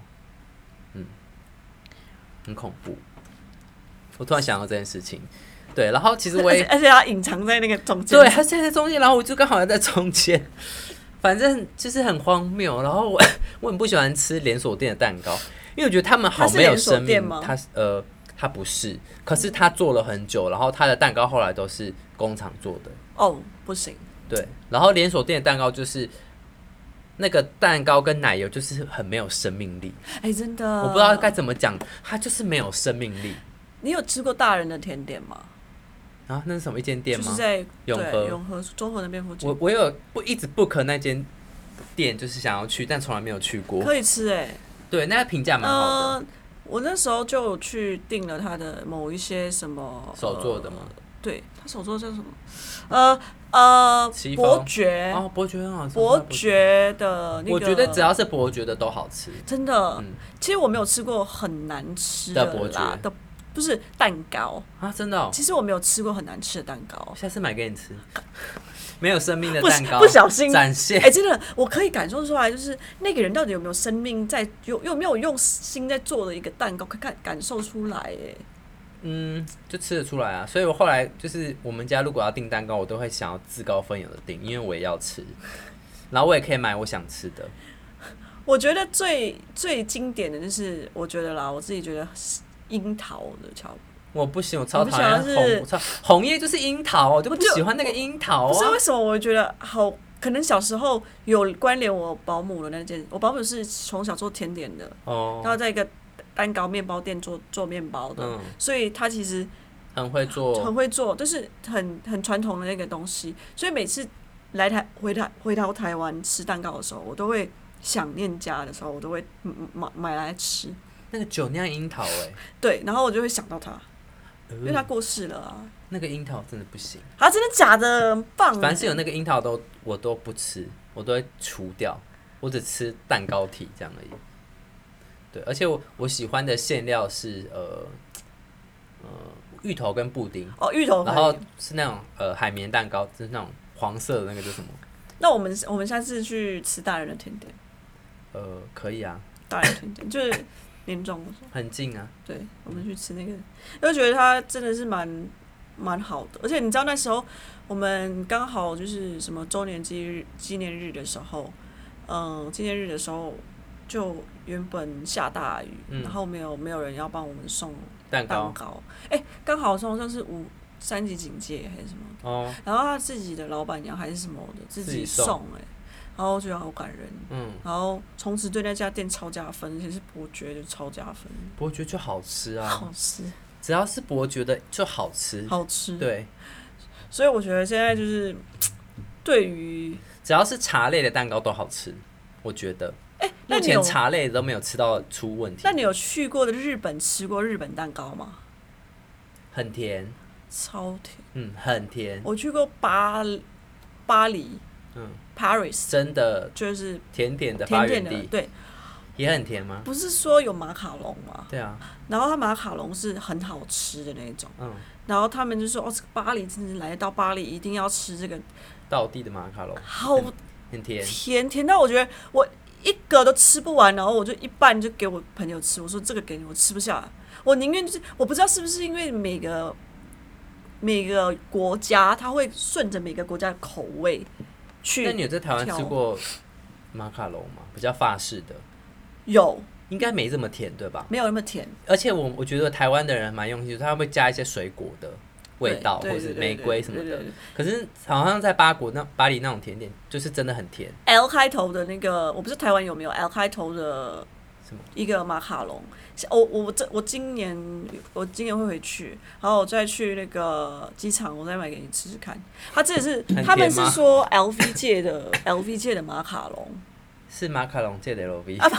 很恐怖。我突然想到这件事情，对，然后其实而且它隐藏在那个中间， 对，它现在在中间，然后我就刚好在中间。反正就是很荒谬，然后我很不喜欢吃连锁店的蛋糕，因为我觉得他们好没有生命。它不是，可是它做了很久，然后它的蛋糕后来都是工厂做的。 不行。 对，然后连锁店的蛋糕就是那个蛋糕跟奶油就是很没有生命力。 真的， 我不知道该怎么讲，它就是没有生命力。 你有吃过大人的甜点吗？ 那是什么一间店吗？ 就是在永和中和那边附近。 我有一直 book 那间店，就是想要去，但从来没有去过。 可以吃对，那个评价蛮好的。 我那时候就去订了他的某一些什么手做的吗？ 对，他手做叫什么？伯爵。 伯爵很好吃。 伯爵的那个， 我觉得只要是伯爵的都好吃。 真的。其实我没有吃过很难吃的伯爵的。不是蛋糕真的其实我没有吃过很难吃的蛋糕， 下次买给你吃。没有生命的蛋糕， 不小心展现。 真的，我可以感受出来，就是那个人到底有没有生命在，有没有用心在做的一个蛋糕，可以感受出来。 就吃得出来啊。所以我后来就是我们家如果要订蛋糕，我都会想要自告奋勇的订，因为我也要吃，然后我也可以买我想吃的。 我觉得最经典的就是，我觉得啦，我自己觉得。樱桃的巧克力， 我不行，我超讨厌红叶就是樱桃，我就不喜欢那个樱桃。 不是为什么？我觉得好，可能小时候有关联我保姆的那件，我保姆是从小做甜点的，然后在一个蛋糕面包店做面包的，所以他其实很会做， 很会做，就是很传统的那个东西。所以每次回到台湾吃蛋糕的时候，我都会想念家的时候，我都会买来吃。 那个酒酿樱桃对，然后我就会想到他，因为他过世了啊。 那个樱桃真的不行啊，真的假的？很棒！ 凡是有那个樱桃我都不吃，我都会除掉，我只吃蛋糕体这样而已。对，而且我喜欢的馅料是芋头跟布丁。 哦，芋头。 然后是那种海绵蛋糕，就是那种黄色的那个叫什么？ 那我们下次去吃大人的甜点。 可以啊。 大人的甜点就是年终的时候。 很近啊。 对，我们去吃那个，因为觉得它真的是蛮好的，而且你知道那时候我们刚好就是什么周年纪念日的时候，纪念日的时候就原本下大雨，然后没有人要帮我们送蛋糕，刚好好像是3级警戒还是什么，然后他自己的老板娘还是什么的自己送然后觉得好感人，然后从此对那家店超加分，而且是伯爵就超加分， 伯爵就好吃啊， 好吃。 只要是伯爵的就好吃，对， 所以我觉得现在就是对于只要是茶类的蛋糕都好吃，我觉得。目前茶类都没有吃到出问题。 那你有去过的日本吃过日本蛋糕吗？ 很甜， 超甜， 很甜。 我去过巴黎，Paris， 真的就是甜点的发源地， 对。 也很甜吗？ 不是说有马卡龙吗？ 对啊。然后它马卡龙是很好吃的那种。然后他们就说：“哦，这个巴黎真的来到巴黎一定要吃这个道地的马卡龙， 好很甜， 甜到我觉得我一个都吃不完，然后我就一半就给我朋友吃。我说这个给你，我吃不下，我宁愿就是我不知道是不是因为每个国家它会顺着每个国家的口味去。 那你有在台湾吃过马卡龙吗？比较法式的。 有， 应该没这么甜，对吧？ 没有那么甜， 而且我觉得台湾的人蛮用心，就是他会加一些水果的味道，或是玫瑰什么的。可是好像在巴黎那种甜点，就是真的很甜。 L 开头的那个，我不知道台湾有没有 L 开头的一个马卡龙。我今年会回去，然后我再去那个机场，我再买给你吃吃看。它这也是他们是说 LV 界的马卡龙。 是马卡龙界的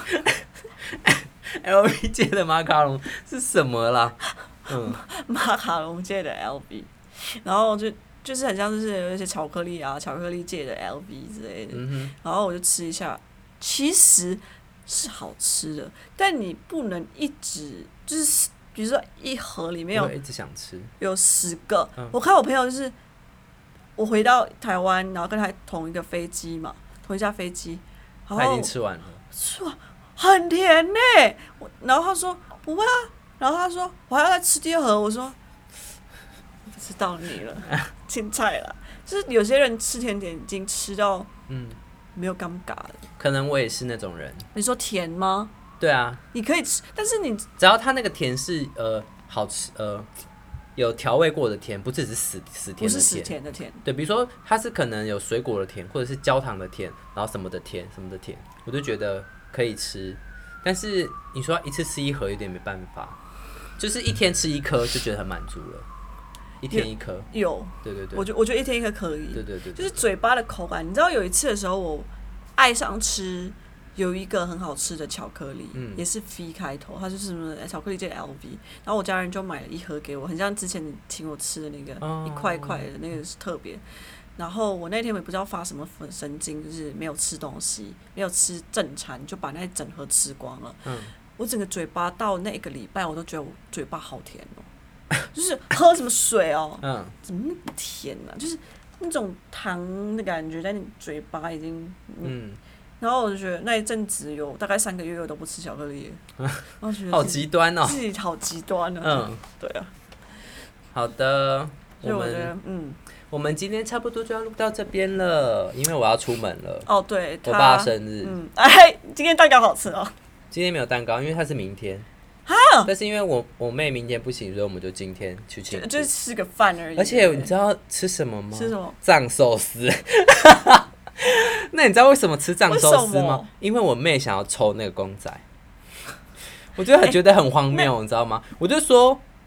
LV，LV 界的马卡龙是什么啦？ 马卡龙界的 LV， 然后就是很像是有一些巧克力界的 LV 之类的，然后我就吃一下，其实是好吃的，但你不能一直就是比如说一盒里面一直想吃，有 10个。我看我朋友就是我回到台湾，然后跟他同一架飞机。 他已经吃完了， 很甜呢。然后他说不会啊，然后他说我还要再吃第2盒。我说不知道你了，青菜啦。就是有些人吃甜点已经吃到没有尴尬了。 可能我也是那种人。 你说甜吗？ 对啊， 你可以吃，但是你只要它那个甜是好吃有调味过的甜，不只是死甜的甜， 不是死甜的甜。 对，比如说它是可能有水果的甜，或者是焦糖的甜，然后什么的甜，我就觉得可以吃。但是你说一次吃1盒有点没办法，就是一天吃1颗就觉得很满足了。一天1颗有， 对， 我觉得一天1颗可以。 对， 就是嘴巴的口感。你知道有一次的时候，我爱上吃。有一个很好吃的巧克力，也是 V 开头，它就是什么巧克力界的 LV， 然后我家人就买了1盒给我，很像之前你请我吃的那个一块一块的那个是特别。然后我那天也不知道发什么神经，就是没有吃东西，没有吃正餐，就把那整盒吃光了。我整个嘴巴到那个礼拜，我都觉得我嘴巴好甜哦，就是喝什么水哦，怎么那么甜呢？就是那种糖的感觉在你嘴巴已经然后我就觉得那一阵子有大概3个月我都不吃巧克力，然后觉得好极端哦， 自己好极端啊。对啊。 好的， 所以我觉得我们今天差不多就要录到这边了，因为我要出门了。 哦，对， 我爸生日。 今天蛋糕好吃哦。 今天没有蛋糕，因为他是明天。但是因为我妹明天不行，所以我们就今天去庆祝， 就是吃个饭而已。 而且你知道吃什么吗？ 吃什么？ 藏寿司。那你知道为什么吃藏寿司吗？因为我妹想要抽那个公仔，我觉得很荒谬，你知道吗？我就说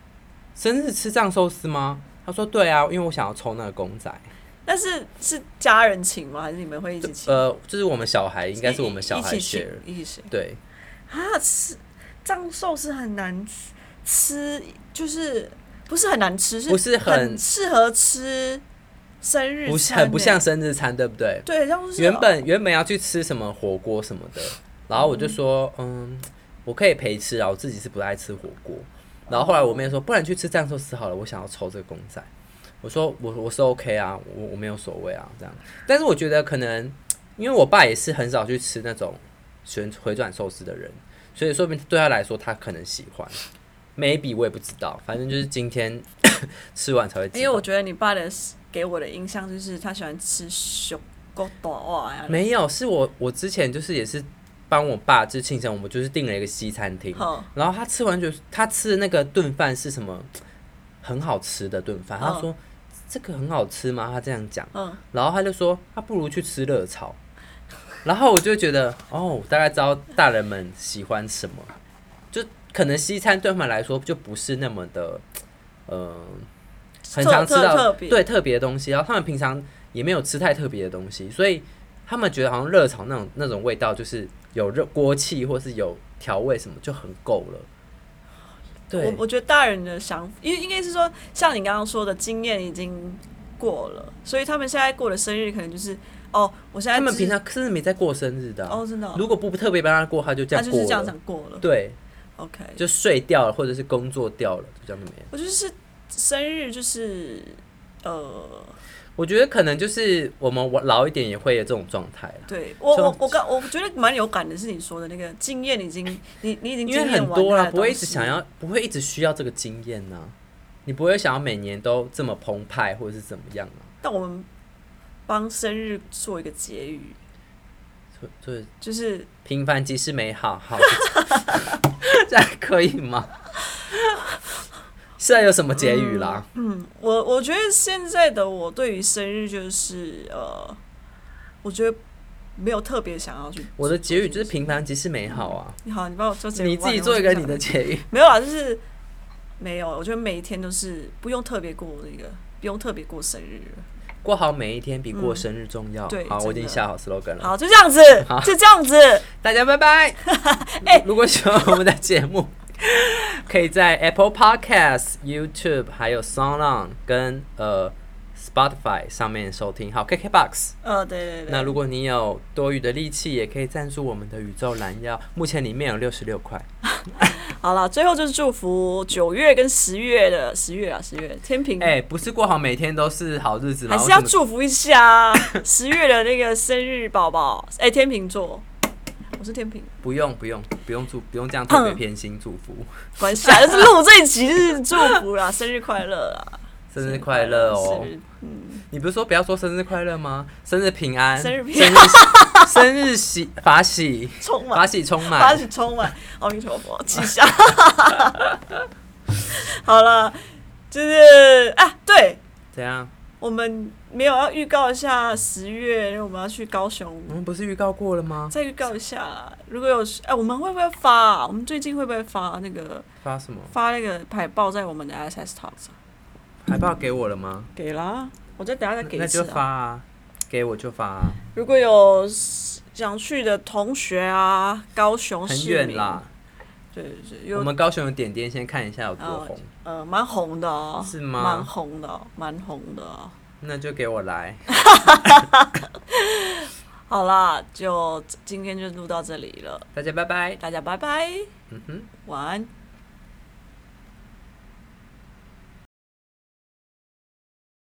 生日吃藏寿司吗？他说对啊，因为我想要抽那个公仔。 但是是家人请吗？还是你们会一起请？ 就是我们小孩，应该是我们小孩 share 一起请。 对啊，吃藏寿司很难吃，就是不是很难吃， 不是很适合吃生日餐， 很不像生日餐，对不对？ 对，就是原本要去吃什么火锅什么的，然后我就说，我可以陪吃啊，我自己是不爱吃火锅。然后后来我妹说，不然去吃藏寿司好了，我想要抽这个公仔。我说我是 OK 啊，我没有所谓啊，这样。但是我觉得可能，因为我爸也是很少去吃那种回转寿司的人，所以说明对他来说，他可能喜欢。maybe 我也不知道，反正就是今天吃完才会知道。 因为我觉得你爸的给我的印象就是他喜欢吃小狗大碗呀。 没有，是我之前就是也是帮我爸就是庆生，我们就是订了一个西餐厅，然后他吃完就他吃的那个炖饭是什么很好吃的炖饭，他说。这个很好吃吗？他这样讲，然后他就说他不如去吃热炒，然后我就觉得大概知道大人们喜欢什么，就可能西餐对他们来说就不是那么的很常吃到对特别的东西，然后他们平常也没有吃太特别的东西，所以他们觉得好像热炒那种味道就是有锅气或是有调味什么就很够了。 我觉得大人的想法，应该是说，像你刚刚说的经验已经过了，所以他们现在过的生日可能就是我现在他们平常甚至没在过生日的真的。 如果不特别帮他过，他就这样过了， 他就是这样想过了。 对 ，OK， 就睡掉了，或者是工作掉了，就这样都没了。 我就是生日就是我觉得可能就是我们老一点也会有这种状态。 对，我觉得蛮有感的是你说的那个经验已经你已经经验完，因为很多啦，不会一直需要这个经验呢。你不会想要每年都这么澎湃或者是怎么样啊？ 但我们帮生日做一个结语，就是平凡即是美好，好，这样可以吗？现在有什么结语啦？ 我觉得现在的我对于生日就是我觉得没有特别想要去。 我的结语就是平凡即是美好啊！ 好，你帮我做结语， 你自己做一个你的结语。 没有啦，就是没有。我觉得每一天都是不用特别过不用特别过生日。 过好每一天比过生日重要。 对， 好，我已经下好 slogan 了。 好，就这样子，就这样子。 大家拜拜。如果喜欢我们的节目。可以在 Apple Podcast、YouTube 还有 SoundOn 跟Spotify 上面收听。好 ，KKBox。 对。 那如果你有多余的力气，也可以赞助我们的宇宙蓝药，目前里面有66块。 好了，最后就是祝福9月跟10月天平。 不是过好每天都是好日子吗？ 还是要祝福一下10月的那个生日宝宝。天秤座。我是天秤， 不用这样特别偏心祝福， 关系啊，就是录这一集就是祝福啦，生日快乐啦， 生日快乐哦！你不是说不要说生日快乐吗？生日平安， 生日平安， 生日法喜充满， 法喜充满， 法喜充满，阿弥陀佛，吉祥。好了，就是对， 怎样？ 我们没有要预告一下10月，因为我们要去高雄。 我们不是预告过了吗？ 再预告一下，如果有我们会不会发？我们最近会不会发那个？ 发什么？ 发那个海报在我们的 SS Talk 上。 海报给我了吗？ 给啦，我等下再给一次。 那就发啊，给我就发啊。 如果有想去的同学啊，高雄市民。 很远啦。 对， 我们高雄的点点先看一下有多红。 蛮红的哦。是吗？ 蛮红的哦。 那就给我来。 好啦，就今天就录到这里了。 大家拜拜。 大家拜拜。晚安。